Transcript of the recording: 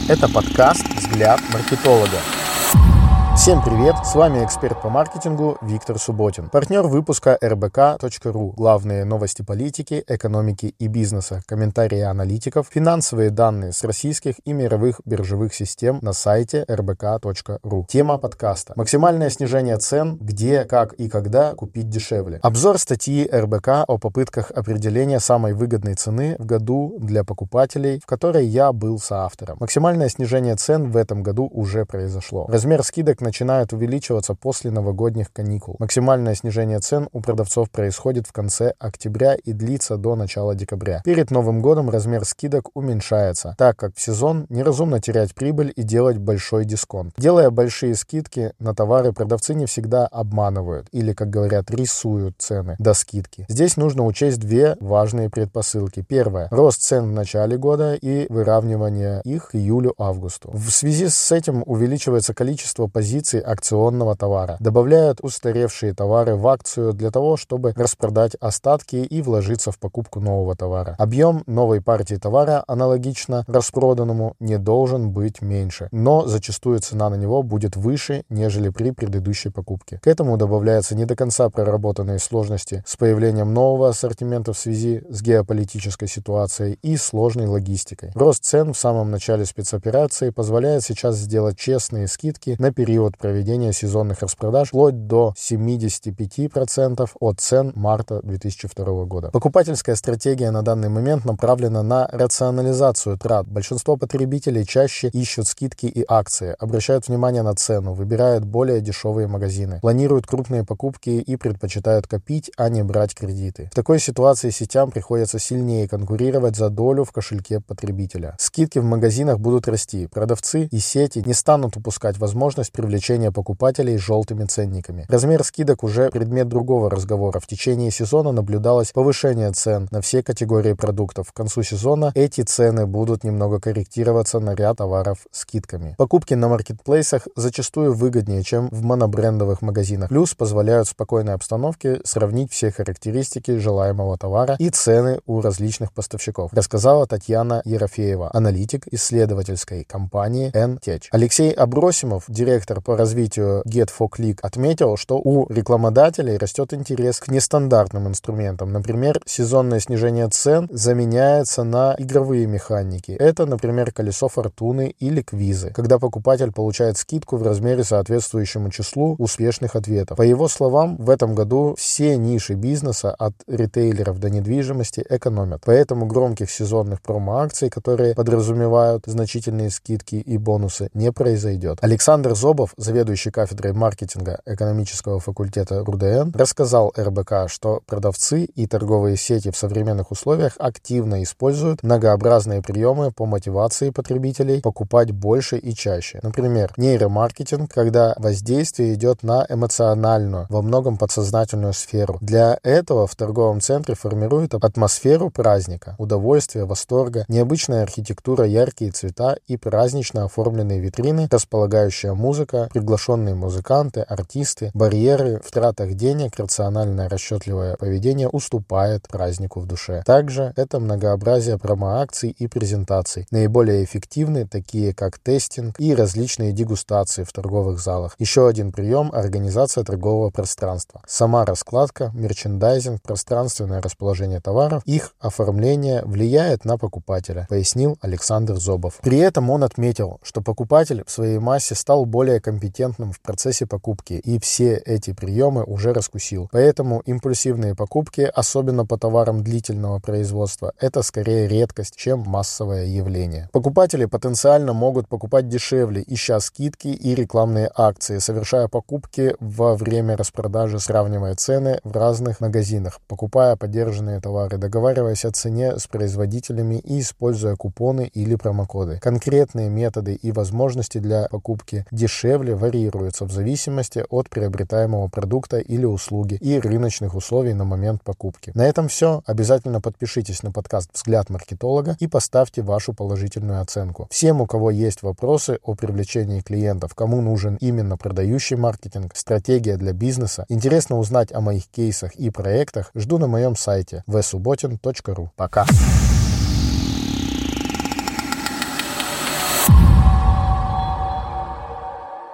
Это подкаст «Взгляд маркетолога». Всем привет, с вами эксперт по маркетингу Виктор Субботин, партнер выпуска rbk.ru, главные новости политики, экономики и бизнеса, комментарии аналитиков, финансовые данные с российских и мировых биржевых систем на сайте rbk.ru. Тема подкаста: максимальное снижение цен, где, как и когда купить дешевле. Обзор статьи РБК о попытках определения самой выгодной цены в году для покупателей, в которой я был соавтором. Максимальное снижение цен в этом году уже произошло. Размер скидок начинают увеличиваться после новогодних каникул. Максимальное снижение цен у продавцов происходит в конце октября и длится до начала декабря. Перед Новым годом размер скидок уменьшается, так как в сезон неразумно терять прибыль и делать большой дисконт. Делая большие скидки на товары, продавцы не всегда обманывают или, как говорят, рисуют цены до скидки. Здесь нужно учесть две важные предпосылки. Первое – рост цен в начале года и выравнивание их к июлю-августу. В связи с этим увеличивается количество позиций акционного товара. Добавляют устаревшие товары в акцию для того, чтобы распродать остатки и вложиться в покупку нового товара. Объем новой партии товара, аналогично распроданному, не должен быть меньше, но зачастую цена на него будет выше, нежели при предыдущей покупке. К этому добавляются не до конца проработанные сложности с появлением нового ассортимента в связи с геополитической ситуацией и сложной логистикой. Рост цен в самом начале спецоперации позволяет сейчас сделать честные скидки на период проведения сезонных распродаж вплоть до 75% от цен марта 2002 года. Покупательская стратегия на данный момент направлена на рационализацию трат. Большинство потребителей чаще ищут скидки и акции, обращают внимание на цену, выбирают более дешевые магазины, планируют крупные покупки и предпочитают копить, а не брать кредиты. В такой ситуации сетям приходится сильнее конкурировать за долю в кошельке потребителя. Скидки в магазинах будут расти. Продавцы и сети не станут упускать возможность привлечения покупателей желтыми ценниками. Размер скидок уже предмет другого разговора. В течение сезона наблюдалось повышение цен на все категории продуктов. К концу сезона эти цены будут немного корректироваться на ряд товаров скидками. Покупки на маркетплейсах зачастую выгоднее, чем в монобрендовых магазинах. Плюс позволяют в спокойной обстановке сравнить все характеристики желаемого товара и цены у различных поставщиков, рассказала Татьяна Ерофеева, аналитик исследовательской компании N-Tech. Алексей Абросимов, директор по развитию Get4Click, отметил, что у рекламодателей растет интерес к нестандартным инструментам. Например, сезонное снижение цен заменяется на игровые механики. Это, например, колесо фортуны или квизы, когда покупатель получает скидку в размере, соответствующему числу успешных ответов. По его словам, в этом году все ниши бизнеса, от ритейлеров до недвижимости, экономят. Поэтому громких сезонных промо-акций, которые подразумевают значительные скидки и бонусы, не произойдет. Александр Зобов, заведующий кафедрой маркетинга экономического факультета РУДН, рассказал РБК, что продавцы и торговые сети в современных условиях активно используют многообразные приемы по мотивации потребителей покупать больше и чаще. Например, нейромаркетинг, когда воздействие идет на эмоциональную, во многом подсознательную сферу. Для этого в торговом центре формируют атмосферу праздника, удовольствия, восторга, необычная архитектура, яркие цвета и празднично оформленные витрины, располагающая музыка, приглашенные музыканты, артисты, барьеры в тратах денег, рациональное расчетливое поведение уступает празднику в душе. Также это многообразие промо-акций и презентаций. Наиболее эффективны такие как тестинг и различные дегустации в торговых залах. Еще один прием – организация торгового пространства. Сама раскладка, мерчендайзинг, пространственное расположение товаров, их оформление влияет на покупателя, пояснил Александр Зобов. При этом он отметил, что покупатель в своей массе стал более компетентным в процессе покупки и все эти приемы уже раскусил. Поэтому импульсивные покупки, особенно по товарам длительного производства, это скорее редкость, чем массовое явление. Покупатели потенциально могут покупать дешевле, ища скидки и рекламные акции, совершая покупки во время распродажи, сравнивая цены в разных магазинах, покупая подержанные товары, договариваясь о цене с производителями и используя купоны или промокоды. Конкретные методы и возможности для покупки дешевле варьируются в зависимости от приобретаемого продукта или услуги и рыночных условий на момент покупки. На этом все. Обязательно подпишитесь на подкаст «Взгляд маркетолога» и поставьте вашу положительную оценку. Всем, у кого есть вопросы о привлечении клиентов, кому нужен именно продающий маркетинг, стратегия для бизнеса, интересно узнать о моих кейсах и проектах, жду на моем сайте vsubotin.ru. Пока!